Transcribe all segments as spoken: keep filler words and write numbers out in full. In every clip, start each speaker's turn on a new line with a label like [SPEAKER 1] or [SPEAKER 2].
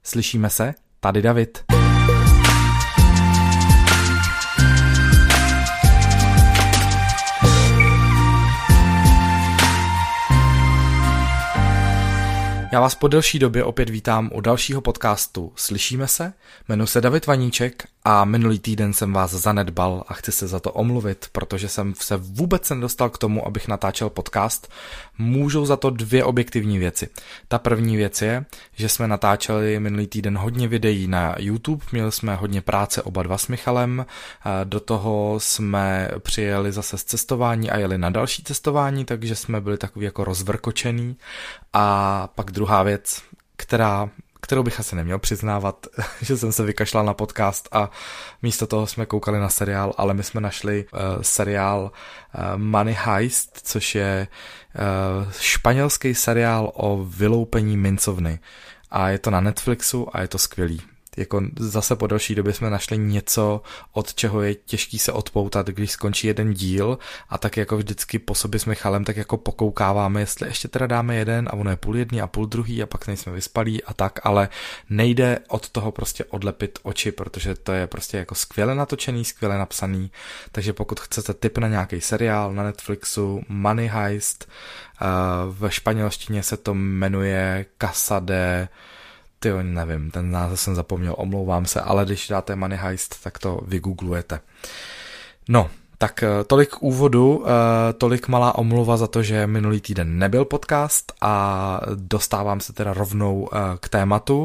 [SPEAKER 1] Slyšíme se? Tady David. Já vás po delší době opět vítám u dalšího podcastu Slyšíme se? Jmenuji se David Vaníček a minulý týden jsem vás zanedbal a chci se za to omluvit, protože jsem se vůbec nedostal k tomu, abych natáčel podcast. Můžou za to dvě objektivní věci. Ta první věc je, že jsme natáčeli minulý týden hodně videí na YouTube, měli jsme hodně práce oba dva s Michalem, do toho jsme přijeli zase z cestování a jeli na další cestování, takže jsme byli takový jako rozvrkočený. A pak druhá věc, která, kterou bych asi neměl přiznávat, že jsem se vykašlal na podcast a místo toho jsme koukali na seriál, ale my jsme našli uh, seriál uh, Money Heist, což je uh, španělský seriál o vyloupení mincovny. A je to na Netflixu a je to skvělý. Jako zase po další době jsme našli něco, od čeho je těžký se odpoutat, když skončí jeden díl, a tak jako vždycky po sobě s Michalem tak jako pokoukáváme, jestli ještě teda dáme jeden a ono je půl jedný a půl druhý a pak nejsme vyspalí a tak, ale nejde od toho prostě odlepit oči, protože to je prostě jako skvěle natočený, skvěle napsaný, takže pokud chcete tip na nějaký seriál na Netflixu, Money Heist, ve španělštině se to jmenuje Casa de... Tyjo, nevím, ten název jsem zapomněl, omlouvám se, ale když dáte Money Heist, tak to vygooglujete. No, tak tolik k úvodu, tolik malá omluva za to, že minulý týden nebyl podcast a dostávám se teda rovnou k tématu.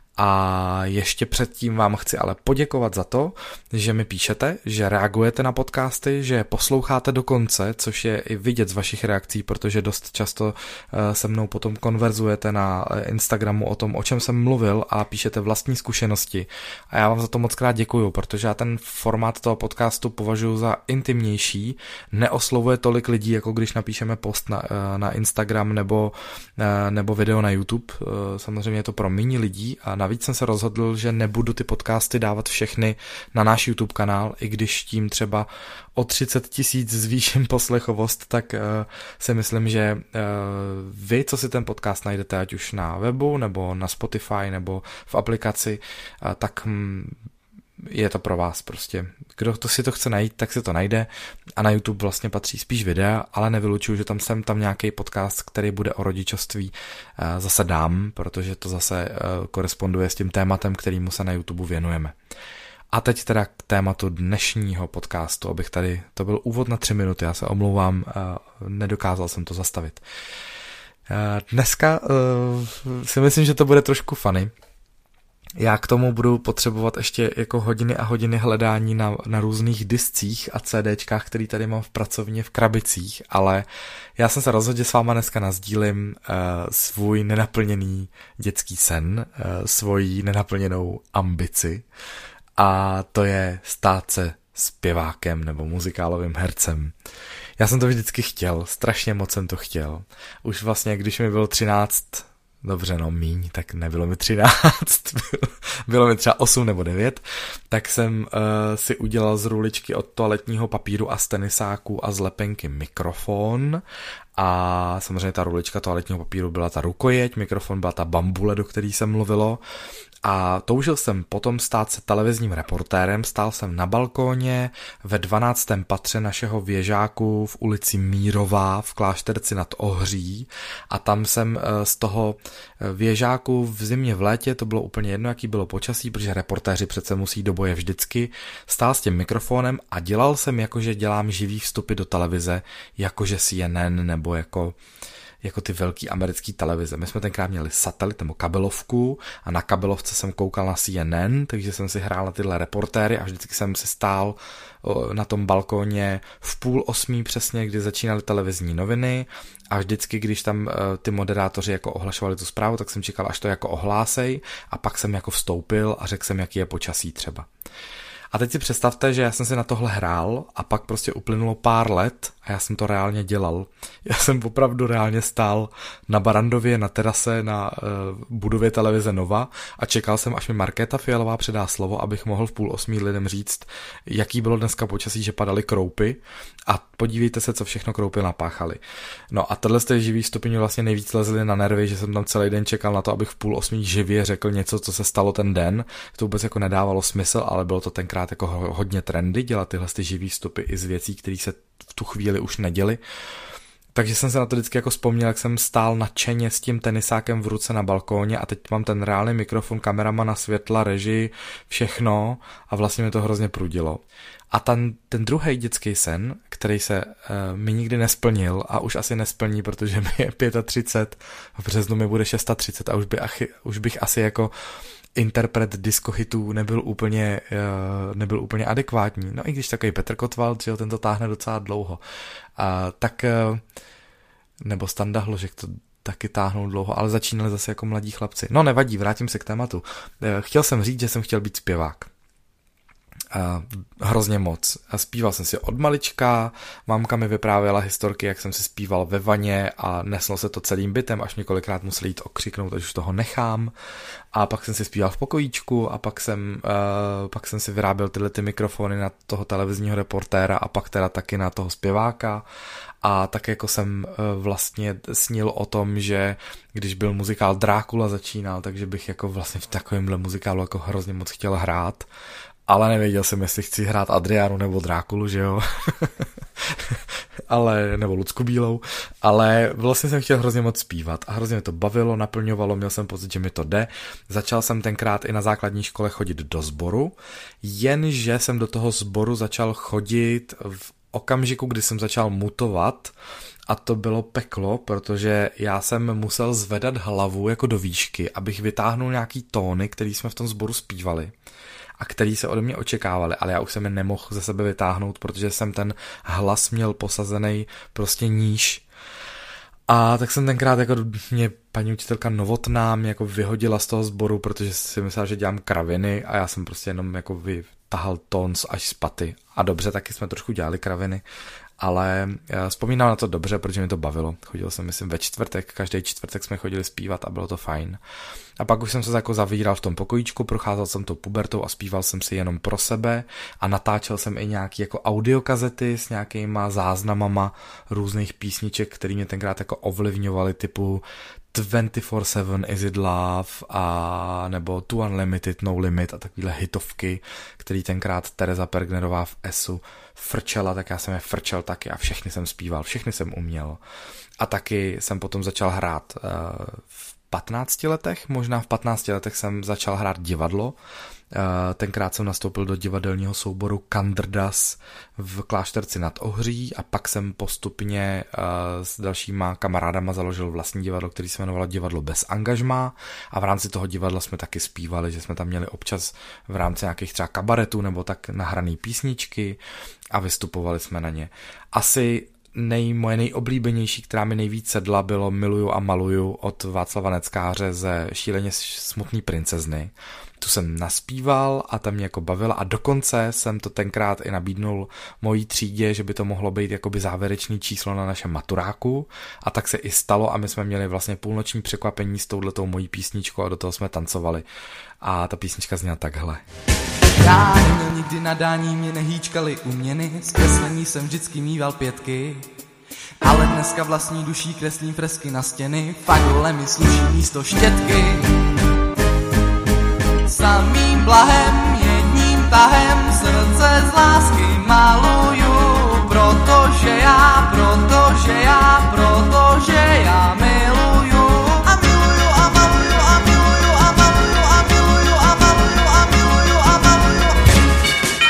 [SPEAKER 1] A ještě předtím vám chci ale poděkovat za to, že mi píšete, že reagujete na podcasty, že posloucháte do konce, což je i vidět z vašich reakcí, protože dost často se mnou potom konverzujete na Instagramu o tom, o čem jsem mluvil, a píšete vlastní zkušenosti. A já vám za to moc krát děkuju, protože já ten formát toho podcastu považuji za intimnější, neoslovuje tolik lidí, jako když napíšeme post na, na Instagram nebo, nebo video na YouTube. Samozřejmě je to pro méně lidí a navíc jsem se rozhodl, že nebudu ty podcasty dávat všechny na náš YouTube kanál, i když tím třeba o třicet tisíc zvýším poslechovost, tak uh, si myslím, že uh, vy, co si ten podcast najdete, ať už na webu, nebo na Spotify, nebo v aplikaci, uh, tak hm, je to pro vás prostě. Kdo to si to chce najít, tak si to najde, a na YouTube vlastně patří spíš videa, ale nevylučuju, že tam jsem tam nějaký podcast, který bude o rodičovství, zase dám, protože to zase koresponduje s tím tématem, kterýmu se na YouTube věnujeme. A teď teda k tématu dnešního podcastu, abych tady, to byl úvod na tři minuty, já se omlouvám, nedokázal jsem to zastavit. Dneska si myslím, že to bude trošku funny. Já k tomu budu potřebovat ještě jako hodiny a hodiny hledání na, na různých discích a CDčkách, který tady mám v pracovně v krabicích, ale já jsem se rozhodl, že s váma dneska nazdílím uh, svůj nenaplněný dětský sen, uh, svoji nenaplněnou ambici, a to je stát se zpěvákem nebo muzikálovým hercem. Já jsem to vždycky chtěl, strašně moc jsem to chtěl. Už vlastně, když mi bylo třináct, dobře, no míň, tak nebylo mi třináct, bylo mi třeba osm nebo devět, tak jsem uh, si udělal z ruličky od toaletního papíru a z tenisáku a z lepenky mikrofon, a samozřejmě ta rulička toaletního papíru byla ta rukojeť, mikrofon byla ta bambule, do který se mluvilo, a toužil jsem potom stát se televizním reportérem. Stál jsem na balkóně ve dvanáctém patře našeho věžáku v ulici Mírová v Klášterci nad Ohří, a tam jsem z toho věžáku v zimě, v létě, to bylo úplně jedno, jaký bylo počasí, protože reportéři přece musí do boje vždycky, stál s tím mikrofonem a dělal jsem, jakože dělám živý vstupy do televize, jakože C N N nebo jako jako ty velký americký televize. My jsme tenkrát měli satelit nebo kabelovku a na kabelovce jsem koukal na C N N, takže jsem si hrál na tyhle reportéry a vždycky jsem si stál na tom balkóně v půl osmí přesně, kdy začínaly televizní noviny, a vždycky, když tam ty moderátoři jako ohlašovali tu zprávu, tak jsem čekal, až to jako ohlásej, a pak jsem jako vstoupil a řekl jsem, jaký je počasí třeba. A teď si představte, že já jsem si na tohle hrál a pak prostě uplynulo pár let a já jsem to reálně dělal. Já jsem opravdu reálně stál na Barandově, na terase, na uh, budově televize Nova a čekal jsem, až mi Markéta Fialová předá slovo, abych mohl v půl osmí lidem říct, jaký bylo dneska počasí, že padaly kroupy a podívejte se, co všechno kroupy napáchaly. No a tohle jste živý vstupy vlastně nejvíc lezli na nervy, že jsem tam celý den čekal na to, abych v půl osmí živě řekl něco, co se stalo ten den. To vůbec jako nedávalo smysl, ale bylo to tenkrát jako hodně trendy dělat tyhle ty živý vstupy i z věcí, které se v tu chvíli už neděly. Takže jsem se na to vždycky jako vzpomněl, jak jsem stál nadšeně s tím tenisákem v ruce na balkóně a teď mám ten reálný mikrofon, kameramana, světla, režii, všechno a vlastně mi to hrozně prudilo. A ten, ten druhý dětský sen, který se uh, mi nikdy nesplnil a už asi nesplní, protože mi je třicet pět, v březnu mi bude třicet šest a už, by, achy, už bych asi jako interpret diskohitů nebyl úplně, uh, nebyl úplně adekvátní. No i když takový Petr Kotwald, že jo, ten to táhne docela dlouho. Uh, tak, uh, nebo Standa Hložek to taky táhnou dlouho, ale začínali zase jako mladí chlapci. No nevadí, vrátím se k tématu. Uh, chtěl jsem říct, že jsem chtěl být zpěvák. Uh, hrozně moc. A zpíval jsem si od malička, mamka mi vyprávěla historky, jak jsem si zpíval ve vaně a neslo se to celým bytem, až několikrát musel jít okřiknout, až už toho nechám. A pak jsem si zpíval v pokojíčku a pak jsem, uh, pak jsem si vyráběl tyhle ty mikrofony na toho televizního reportéra a pak teda taky na toho zpěváka. A tak jako jsem uh, vlastně snil o tom, že když byl muzikál Drákula začínal, takže bych jako vlastně v takovémhle muzikálu jako hrozně moc chtěl hrát. Ale nevěděl jsem, jestli chci hrát Adriánu nebo Drákulu, že jo? ale, nebo Lucku Bílou. Ale vlastně jsem chtěl hrozně moc zpívat a hrozně mě to bavilo, naplňovalo, měl jsem pocit, že mi to jde. Začal jsem tenkrát i na základní škole chodit do sboru, jenže jsem do toho sboru začal chodit v okamžiku, kdy jsem začal mutovat a to bylo peklo, protože já jsem musel zvedat hlavu jako do výšky, abych vytáhnul nějaký tóny, který jsme v tom sboru zpívali a který se ode mě očekávali, ale já už jsem je nemohl ze sebe vytáhnout, protože jsem ten hlas měl posazený prostě níž. A tak jsem tenkrát jako mě paní učitelka Novotná mě jako vyhodila z toho sboru, protože si myslela, že dělám kraviny a já jsem prostě jenom jako vytahal tón až z paty. A dobře, taky jsme trošku dělali kraviny, ale vzpomínám na to dobře, protože mi to bavilo. Chodil jsem, myslím, ve čtvrtek, každý čtvrtek jsme chodili zpívat a bylo to fajn. A pak už jsem se jako zavíral v tom pokojíčku, procházel jsem tou pubertou a zpíval jsem si jenom pro sebe a natáčel jsem i nějaký jako audiokazety s nějakýma záznamama různých písniček, které mě tenkrát jako ovlivňovaly, typu dvacet čtyři sedm Is It Love a nebo Too Unlimited, No Limit a takovýhle hitovky, který tenkrát Tereza Pergnerová v Esu frčela, tak já jsem je frčel taky a všechny jsem zpíval, všechny jsem uměl. A taky jsem potom začal hrát uh, v patnácti letech, možná v patnácti letech jsem začal hrát divadlo. Tenkrát jsem nastoupil do divadelního souboru Kandrdas v Klášterci nad Ohří a pak jsem postupně s dalšíma kamarádama založil vlastní divadlo, který se jmenovalo Divadlo bez angažmá a v rámci toho divadla jsme taky zpívali, že jsme tam měli občas v rámci nějakých třeba kabaretů nebo tak nahraný písničky a vystupovali jsme na ně. Asi Nej, moje nejoblíbenější, která mi nejvíc sedla, bylo Miluju a maluju od Václava Neckáře ze Šíleně smutný princezny. Tu jsem naspíval a ta mě jako bavila a dokonce jsem to tenkrát i nabídnul mojí třídě, že by to mohlo být jakoby závěrečný číslo na našem maturáku a tak se i stalo a my jsme měli vlastně půlnoční překvapení s touhletou mojí písničkou a do toho jsme tancovali a ta písnička zněla takhle.
[SPEAKER 2] Já neměl nikdy nadání, mě nehýčkaly uměny, z kreslení jsem vždycky mýval pětky, ale dneska vlastní duší kreslím fresky na stěny, fagole mi sluší místo štětky. Samým blahem, jedním tahem, srdce z lásky maluju, protože já, protože já, protože já miluju. A miluju a maluju a miluju a maluju a miluju a maluju a miluju a maluju.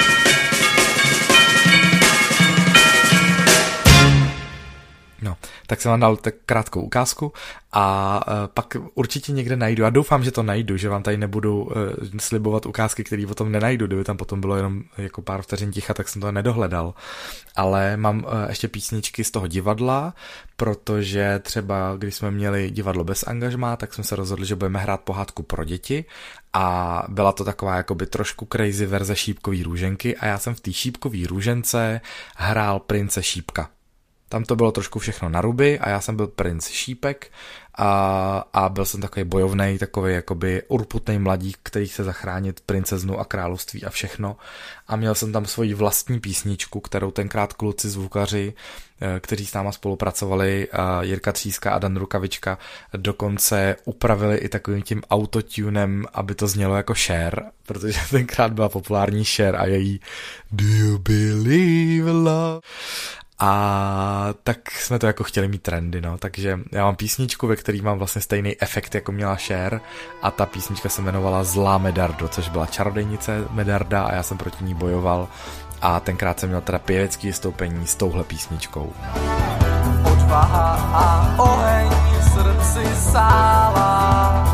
[SPEAKER 1] No, tak jsem vám dal tak krátkou ukázku a pak určitě někde najdu. Já doufám, že to najdu, že vám tady nebudu slibovat ukázky, které potom nenajdu. Kdyby tam potom bylo jenom jako pár vteřin ticha, tak jsem to nedohledal. Ale mám ještě písničky z toho divadla, protože třeba když jsme měli divadlo bez angažmá, tak jsme se rozhodli, že budeme hrát pohádku pro děti a byla to taková jakoby trošku crazy verze Šípkový růženky a já jsem v té Šípkový růžence hrál prince Šípka. Tam to bylo trošku všechno na ruby a já jsem byl princ Šípek a, a byl jsem takový bojovnej, takový jakoby urputnej mladík, který chce zachránit princeznu a království a všechno. A měl jsem tam svoji vlastní písničku, kterou tenkrát kluci zvukaři, kteří s náma spolupracovali, Jirka Tříska a Dan Rukavička, dokonce upravili i takovým tím autotunem, aby to znělo jako Cher, protože tenkrát byla populární Cher a její Do you believe in love? A tak jsme to jako chtěli mít trendy, no, takže já mám písničku, ve který mám vlastně stejný efekt, jako měla Cher a ta písnička se jmenovala Zlá Medardo, což byla čarodejnice Medarda a já jsem proti ní bojoval a tenkrát jsem měl teda pěvecký vystoupení s touhle písničkou.
[SPEAKER 2] Odvaha a oheň v srdci sála,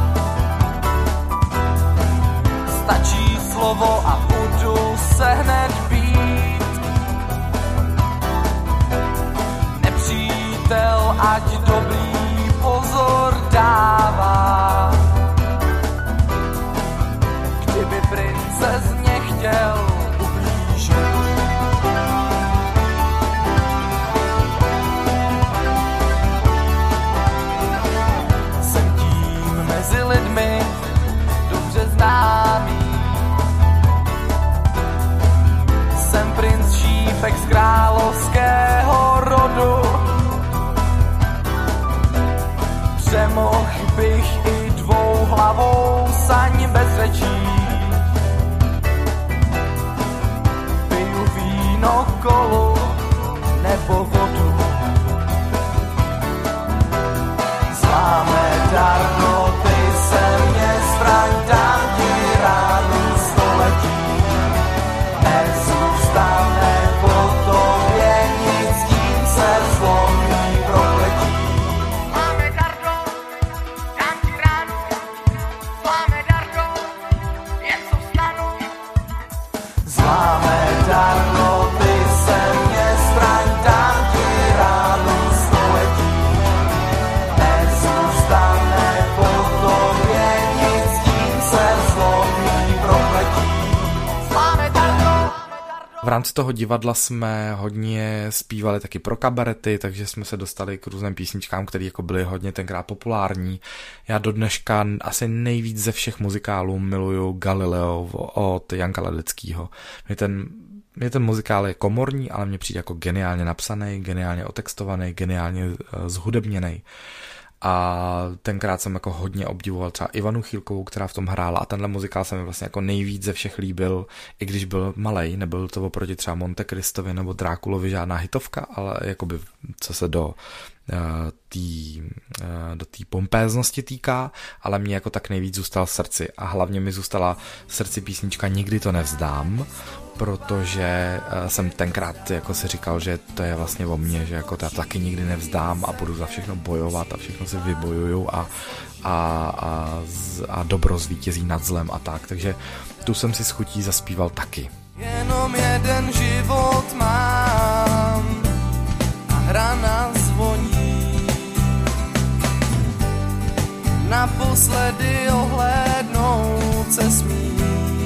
[SPEAKER 2] stačí slovo a budu se hned být. Nepřítel, ať dobrý pozor dává, kdyby princezně chtěl ublížit. Jsem tím mezi lidmi dobře známý, jsem princ Šípek z královského rodu. Přemohl bych i dvouhlavou saň bez řečí. Piju víno, kolu nebo vodu. Zlá Medardo, ty se mě zbraň, dám ti ránu století. Nezůstane po tobě nic, tím se zlomí prokletí.
[SPEAKER 1] V rámci toho divadla jsme hodně zpívali taky pro kabarety, takže jsme se dostali k různým písničkám, které jako byly hodně tenkrát populární. Já do dneška asi nejvíc ze všech muzikálů miluju Galileo od Janka Ledeckýho. Mě ten, mě ten muzikál je komorní, ale mně přijde jako geniálně napsaný, geniálně otextovaný, geniálně zhudebněný. A tenkrát jsem jako hodně obdivoval třeba Ivanu Chýlkovou, která v tom hrála a tenhle muzikál se mi vlastně jako nejvíc ze všech líbil, i když byl malej, nebyl to oproti třeba Monte Cristovi nebo Drákulovi žádná hitovka, ale jakoby co se do tý, do té pompéznosti týká, ale mě jako tak nejvíc zůstal v srdci a hlavně mi zůstala v srdci písnička Nikdy to nevzdám, protože jsem tenkrát jako si říkal, že to je vlastně o mně, že jako to já taky nikdy nevzdám a budu za všechno bojovat a všechno si vybojuju a, a, a, a dobro zvítězí nad zlem a tak, takže tu jsem si s chutí zaspíval taky.
[SPEAKER 2] Jenom jeden život mám a hrana zvoní, naposledy ohlédnout se smím.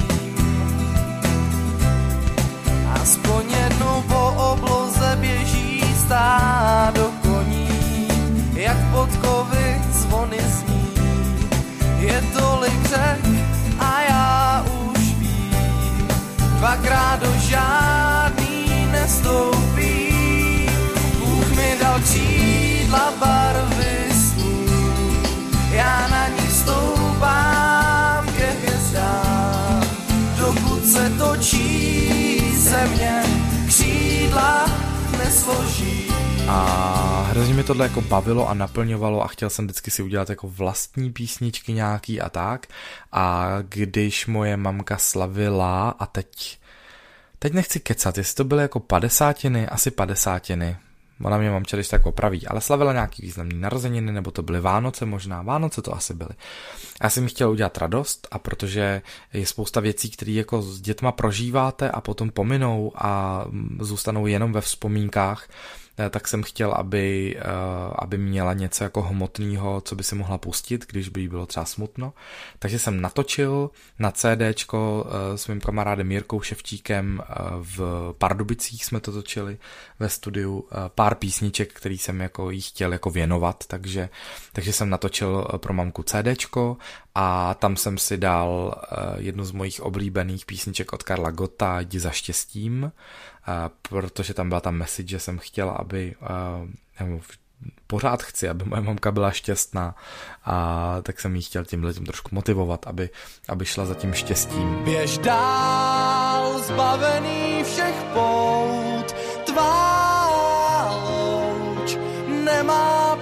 [SPEAKER 2] Aspoň jednou po obloze běží stádo koní, jak podkovy zvony zní. Je tolik řek a já už vím, dvakrát do žádný nestoupí. Bůh mi dal křídla barvy snů, já na nich stoupám ke hvězdám, dokud se točí země, křídla nesloží.
[SPEAKER 1] A hrozně mi tohle jako bavilo a naplňovalo a chtěl jsem vždycky si udělat jako vlastní písničky nějaký a tak. A když moje mamka slavila a teď, teď nechci kecat, jestli to byly jako padesátiny, asi padesátiny, ona mě mamče když tak opraví, ale slavila nějaký významný narozeniny, nebo to byly Vánoce možná, Vánoce to asi byly. Já jsem jí chtěl udělat radost a protože je spousta věcí, které jako s dětma prožíváte a potom pominou a zůstanou jenom ve vzpomínkách, tak jsem chtěl, aby, aby měla něco jako hmotného, co by si mohla pustit, když by jí bylo třeba smutno. Takže jsem natočil na CDčko s mým kamarádem Jirkou Ševčíkem v Pardubicích jsme to točili ve studiu pár písniček, který jsem jako jí chtěl jako věnovat, takže, takže jsem natočil pro mamku CDčko a tam jsem si dal jednu z mojich oblíbených písniček od Karla Gotta, Jdi za štěstím, Uh, protože tam byla ta message, že jsem chtěla, aby uh, pořád chci, aby moje mamka byla šťastná a tak jsem jí chtěl tímhle tím trošku motivovat, aby, aby šla za tím štěstím.
[SPEAKER 2] Běž dál, zbavený všech pout, tvá louč nemá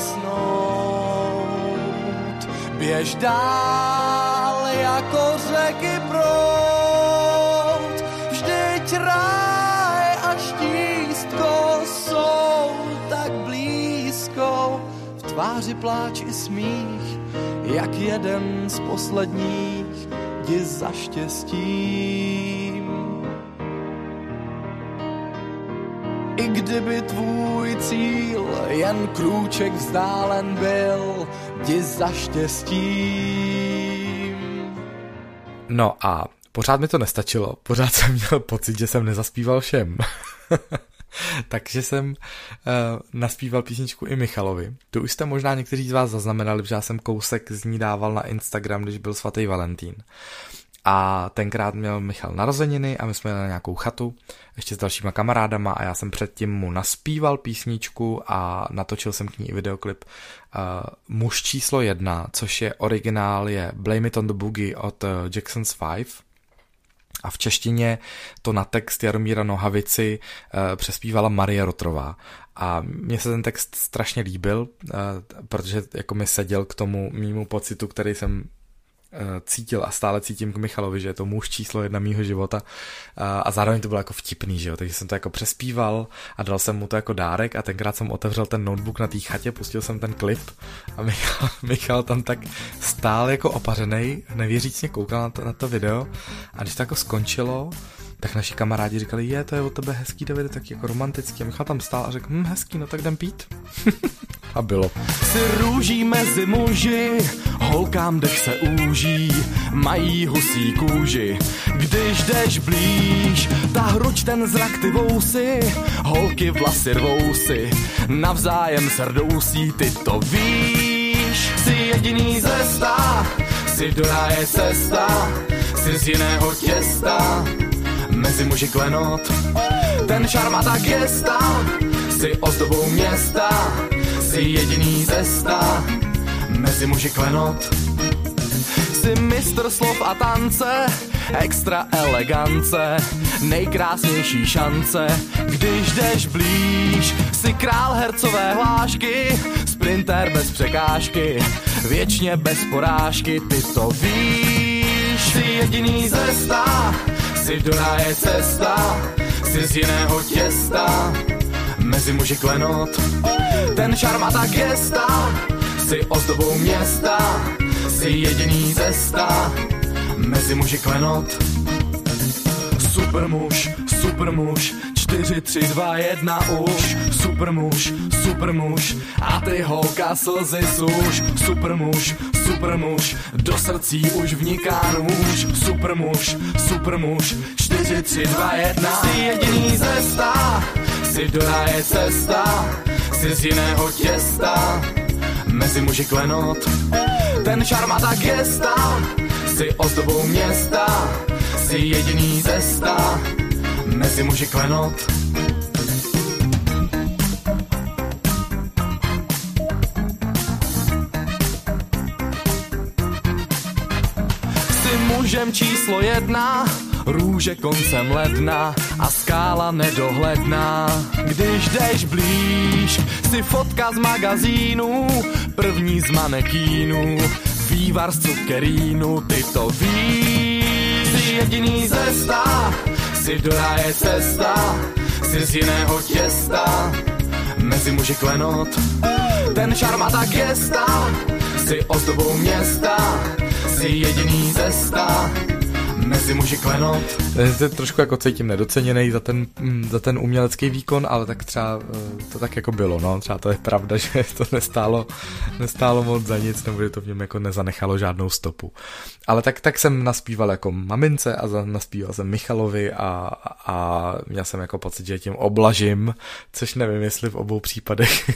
[SPEAKER 2] pohasnout. Běž dál, jako řeky proud, vždyť rád štístko jsou tak blízko, v tváři pláč i smích, jak jeden z posledních, jdi za štěstím. I kdyby tvůj cíl jen krůček vzdálen byl, jdi za štěstím.
[SPEAKER 1] No a pořád mi to nestačilo, pořád jsem měl pocit, že jsem nezaspíval všem. Takže jsem uh, naspíval písničku i Michalovi. To už jste možná někteří z vás zaznamenali, že já jsem kousek z ní dával na Instagram, když byl svatý Valentín. A tenkrát měl Michal narozeniny a my jsme jeli na nějakou chatu, ještě s dalšíma kamarádama a já jsem předtím mu naspíval písničku a natočil jsem k ní i videoklip uh, Muž číslo jedna, což je originál, je Blame It on the Boogie od uh, Jackson's Five. A v češtině to na text Jaromíra Nohavici uh, přespívala Marie Rotrová. A mně se ten text strašně líbil, uh, protože jako mi seděl k tomu mýmu pocitu, který jsem uh, cítil a stále cítím k Michalovi, že je to muž číslo jedna mýho života. Uh, a zároveň to bylo jako vtipný, že jo? Takže jsem to jako přespíval a dal jsem mu to jako dárek a tenkrát jsem otevřel ten notebook na té chatě, pustil jsem ten klip a Michal, Michal tam tak stál jako opařenej, nevěřícně koukal na to, na to video a když to jako skončilo, tak naši kamarádi říkali, je, to je od tebe hezký, Davide, tak jako romantický. A Michal tam stál a řekl, hm, hezký, no tak jdem pít. A bylo.
[SPEAKER 2] Jsi růží mezi muži, holkám dech se úží, mají husí kůži. Když jdeš blíž, ta hruď ten zrak ty vousy, holky vlasy rvou si, navzájem srdousí, ty to víš. Jsi jediný ze sta, jsi do ráje cesta, jsi z jiného těsta, mezi muži klenot, ten šarm a ta gesta, jsi ozdobou města, jsi jediný ze sta, mezi muži klenot. Jsi mistr slov a tance, extra elegance, nejkrásnější šance, když jdeš blíž, jsi král hercové hlášky, sprinter bez překážky, věčně bez porážky, ty to víš. Jsi jediný ze sta, jsi do ráje cesta, jsi z jiného těsta, mezi muži klenot, ten šarm a ta gesta, jsi ozdobou města, jsi jediný ze sta, mezi muži klenot. Supermuž, supermuž, čtyři, tři, dva, jedna už, supermuž, supermuž, a ty holka slzy suš, supermuž, supermuž, do srdcí už vniká nůž, supermuž, supermuž, čtyři, tři, dva, jedna, jsi jediný ze sta, jsi do ráje cesta, jsi z jiného těsta, mezi muži klenot, ten šarm a ta gesta, jsi ozdobou města, jsi jediný ze sta, mezi muži klenot. Jsi mužem číslo jedna, růže koncem ledna a skála nedohledná. Když jdeš blíž, jsi fotka z magazínu, první z manekínu, vývar z cukerínu, ty to víš. Jsi jediný ze sta, jsi do ráje cesta, jsi z jiného těsta, mezi muži klenot. Ten šarm a ta gesta, si ozdobou města, si jediný cesta, mezi muži klenot.
[SPEAKER 1] Se trošku jako cítím nedoceněnej za ten, za ten umělecký výkon, ale tak třeba to tak jako bylo, no, třeba to je pravda, že to nestálo, nestálo moc za nic, nebo že to v něm jako nezanechalo žádnou stopu. Ale tak, tak jsem naspíval jako mamince a naspíval jsem Michalovi a, a měl jsem jako pocit, že tím oblažím, což nevím, jestli v obou případech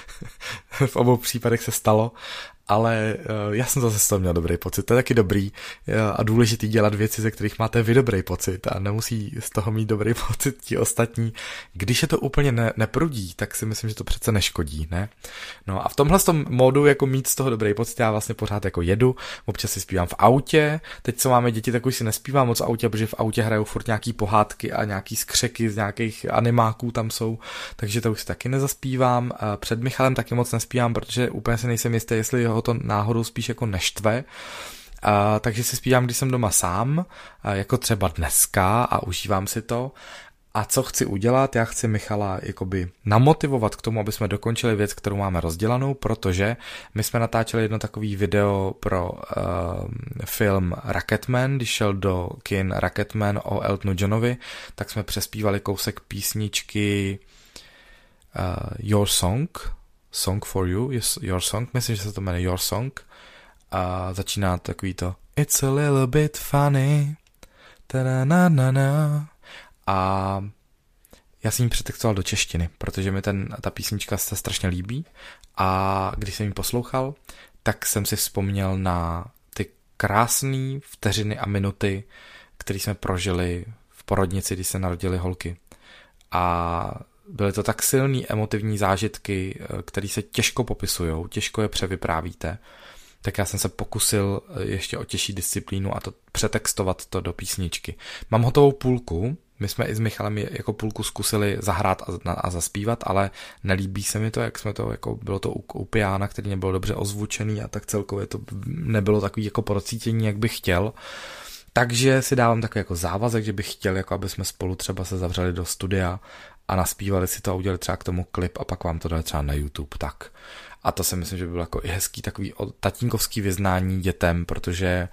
[SPEAKER 1] v obou případech se stalo, ale uh, já jsem zase z toho měl dobrý pocit. To je taky dobrý uh, a důležitý dělat věci, ze kterých máte vy dobrý pocit a nemusí z toho mít dobrý pocit ti ostatní. Když je to úplně ne- neprudí, tak si myslím, že to přece neškodí, ne? No a v tomhle tom módu jako mít z toho dobrý pocit, já vlastně pořád jako jedu, občas si zpívám v autě, teď co máme děti, tak už si nespívám moc v autě, protože v autě hrajou furt nějaký pohádky a nějaký skřeky z nějakých animáků tam jsou, takže to už si taky nezaspívám. Před Michalem taky moc nespívám, protože úplně si nejsem jistý, jestli ho to náhodou spíš jako neštve. A, takže si zpívám, když jsem doma sám, a jako třeba dneska a užívám si to. A co chci udělat? Já chci Michala jakoby namotivovat k tomu, aby jsme dokončili věc, kterou máme rozdělanou, protože my jsme natáčeli jedno takový video pro uh, film Rocketman, když šel do kin Rocketman o Eltonu Johnovi, tak jsme přespívali kousek písničky uh, Your Song, Song for You, yes, Your Song, myslím, že se to jmenuje Your Song a začíná takový to It's a little bit funny ta-na-na-na-na. A já jsem ji přetextoval do češtiny, protože mi ten, ta písnička se strašně líbí a když jsem ji poslouchal, tak jsem si vzpomněl na ty krásné vteřiny a minuty, které jsme prožili v porodnici, když se narodily holky. A byly to tak silný emotivní zážitky, které se těžko popisujou, těžko je převyprávíte, tak já jsem se pokusil ještě o těžší disciplínu a to přetextovat to do písničky. Mám hotovou půlku, my jsme i s Michalem jako půlku zkusili zahrát a, a zaspívat, ale nelíbí se mi to, jak jsme to, jako bylo to u, u piana, který nebyl dobře ozvučený a tak celkově to nebylo takový jako procítění, jak bych chtěl. Takže si dávám takový jako závazek, že bych chtěl, jako aby jsme spolu třeba se zavřeli do studia a naspívali si to a udělali třeba k tomu klip a pak vám to dali třeba na YouTube, tak. A to si myslím, že by bylo jako i hezký takový tatínkovský vyznání dětem, protože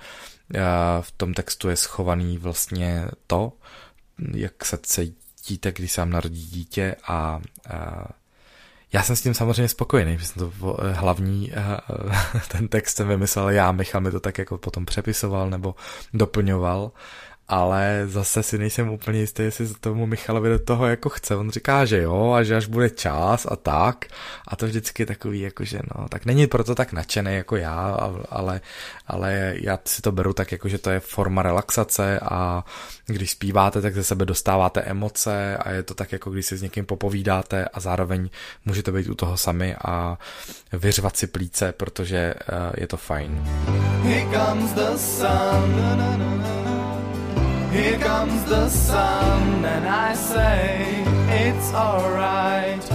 [SPEAKER 1] v tom textu je schovaný vlastně to, jak se cítíte, když se vám narodí dítě a, a já jsem s tím samozřejmě spokojený, že jsem to hlavní, ten text jsem vymyslel já, Michal mi to tak jako potom přepisoval nebo doplňoval, ale zase si nejsem úplně jistý, jestli se tomu Michalovi do toho jako chce. On říká, že jo, a že až bude čas a tak. A to vždycky takový, jakože no, tak není proto tak nadšený jako já, ale, ale já si to beru tak, jako, že to je forma relaxace a když zpíváte, tak ze sebe dostáváte emoce a je to tak, jako když si s někým popovídáte a zároveň můžete být u toho sami a vyřvat si plíce, protože uh, je to fajn.
[SPEAKER 2] Here comes the sun, na, na, na, na. Here comes the sun and I say it's alright.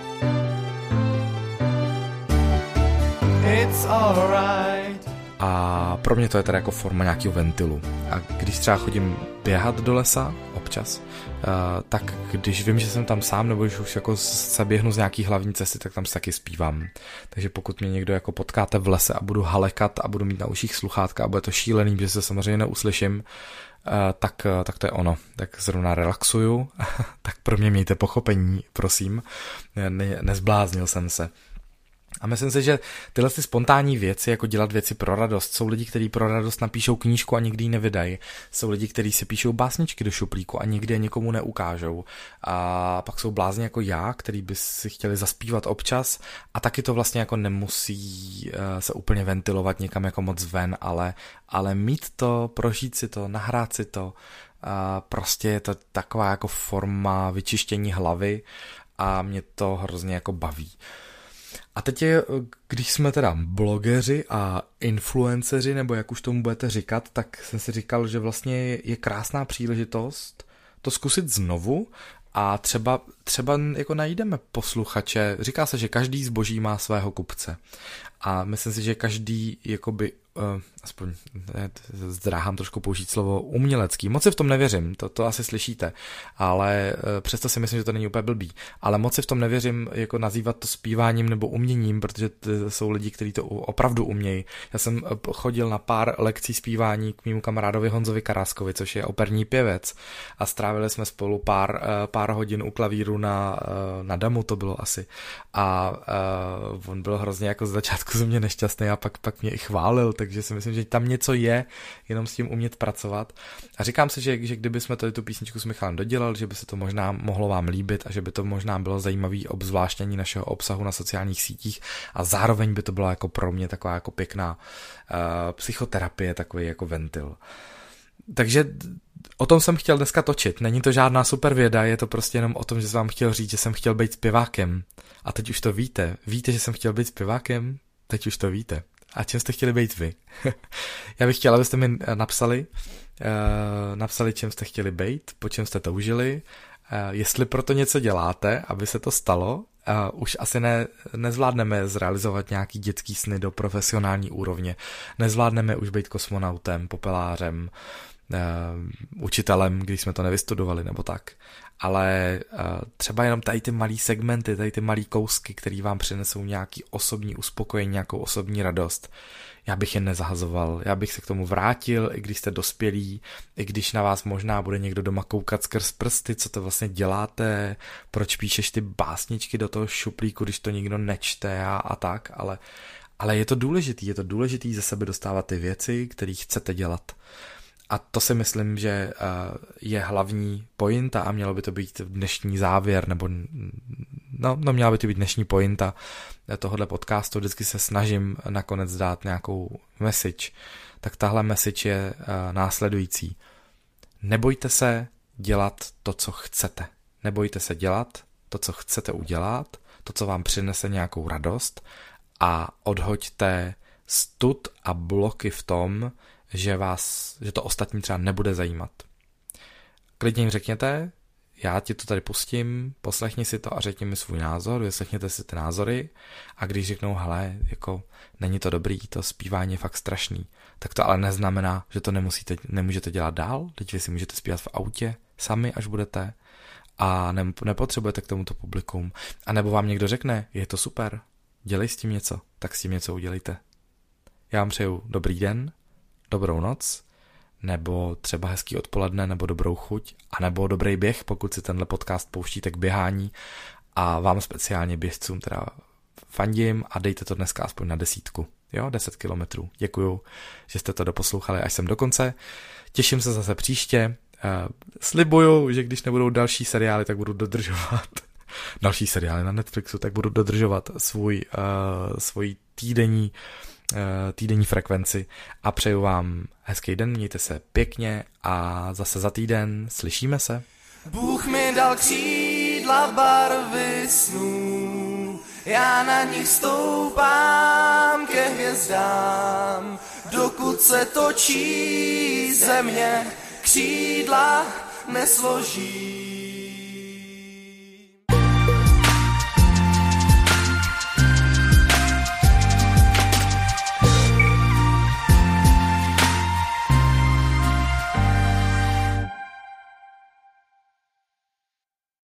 [SPEAKER 2] It's alright.
[SPEAKER 1] A pro mě to je teda jako forma nějakého ventilu. A když třeba chodím běhat do lesa občas, tak když vím, že jsem tam sám, nebo když už jako se běhnu z nějaký hlavní cesty, tak tam se taky zpívám. Takže pokud mě někdo jako potkáte v lese a budu halekat a budu mít na uších sluchátka a bude to šílený, že se samozřejmě neuslyším, tak, tak to je ono. Tak zrovna relaxuju, tak pro mě mějte pochopení, prosím. Ne, nezbláznil jsem se. A myslím si, že tyhle ty spontánní věci, jako dělat věci pro radost, jsou lidi, kteří pro radost napíšou knížku a nikdy ji nevydají. Jsou lidi, kteří si píšou básničky do šuplíku a nikdy je nikomu neukážou. A pak jsou blázni jako já, kteří by si chtěli zaspívat občas a taky to vlastně jako nemusí se úplně ventilovat někam jako moc ven, ale, ale mít to, prožít si to, nahrát si to, a prostě je to taková jako forma vyčištění hlavy a mě to hrozně jako baví. A teď je, když jsme teda blogeři a influenceři, nebo jak už tomu budete říkat, tak jsem si říkal, že vlastně je krásná příležitost to zkusit znovu a třeba třeba jako najdeme posluchače, říká se, že každý zboží má svého kupce a myslím si, že každý jakoby, uh, aspoň zdráhám trošku použít slovo umělecký, moc si v tom nevěřím, to, to asi slyšíte, ale uh, přesto si myslím, že to není úplně blbý, ale moc si v tom nevěřím jako nazývat to zpíváním nebo uměním, protože to jsou lidi, kteří to opravdu umějí. Já jsem chodil na pár lekcí zpívání k mému kamarádovi Honzovi Karáskovi, což je operní pěvec a strávili jsme spolu pár, uh, pár hodin u klavíru na, uh, na damu, to bylo asi a uh, on byl hrozně jako z začátku ze mě nešťastný a pak, pak mě i chválil, takže si myslím, že tam něco je, jenom s tím umět pracovat. A říkám si, že, že kdyby jsme tady tu písničku s Michalem dodělali, že by se to možná mohlo vám líbit a že by to možná bylo zajímavý obzvláštění našeho obsahu na sociálních sítích a zároveň by to byla jako pro mě taková jako pěkná uh, psychoterapie, takový jako ventil. Takže o tom jsem chtěl dneska točit. Není to žádná super věda, je to prostě jenom o tom, že jsem vám chtěl říct, že jsem chtěl být zpěvákem. A teď už to víte. Víte, že jsem chtěl být zpěvákem? Teď už to víte. A čím jste chtěli být vy? Já bych chtěl, abyste mi napsali, uh, napsali, čím jste chtěli být, po čem jste toužili, uh, jestli proto něco děláte, aby se to stalo. Uh, už asi ne, nezvládneme zrealizovat nějaký dětský sny do profesionální úrovně. Nezvládneme už být kosmonautem, popelářem, uh, učitelem, když jsme to nevystudovali, nebo tak. Ale uh, třeba jenom tady ty malý segmenty, tady ty malý kousky, které vám přinesou nějaký osobní uspokojení, nějakou osobní radost, já bych je nezahazoval, já bych se k tomu vrátil, i když jste dospělí, i když na vás možná bude někdo doma koukat skrz prsty, co to vlastně děláte, proč píšeš ty básničky do toho šuplíku, když to nikdo nečte a, a tak, ale, ale je to důležitý, je to důležitý ze sebe dostávat ty věci, které chcete dělat. A to si myslím, že je hlavní pointa a mělo by to být dnešní závěr, nebo no, no měla by to být dnešní pointa tohohle podcastu. Vždycky se snažím nakonec dát nějakou message. Tak tahle message je následující. Nebojte se dělat to, co chcete. Nebojte se dělat to, co chcete udělat, to, co vám přinese nějakou radost a odhoďte stud a bloky v tom, že vás, že to ostatní třeba nebude zajímat. Klidně jim řekněte, já ti to tady pustím, poslechni si to a řekni mi svůj názor, vyslechněte si ty názory a když řeknou, hele, jako není to dobrý, to zpívání je fakt strašný, tak to ale neznamená, že to nemusíte, nemůžete dělat dál, teď vy si můžete zpívat v autě sami, až budete a ne, nepotřebujete k tomuto publikum. A nebo vám někdo řekne, je to super, dělej s tím něco, tak s tím něco udělejte. Já vám přeju dobrý den, dobrou noc, nebo třeba hezký odpoledne, nebo dobrou chuť, a nebo dobrý běh, pokud si tenhle podcast pouštíte k běhání a vám speciálně běžcům teda fandím a dejte to dneska aspoň na desítku, jo, deset kilometrů. Děkuju, že jste to doposlouchali až sem do konce. Těším se zase příště. Uh, slibuju, že když nebudou další seriály, tak budu dodržovat další seriály na Netflixu, tak budu dodržovat svůj, uh, svůj týdenní týdenní frekvenci a přeju vám hezký den, mějte se pěkně a zase za týden slyšíme se.
[SPEAKER 2] Bůh mi dal křídla barvy snů, já na nich stoupám ke hvězdám, dokud se točí země, křídla nesloží.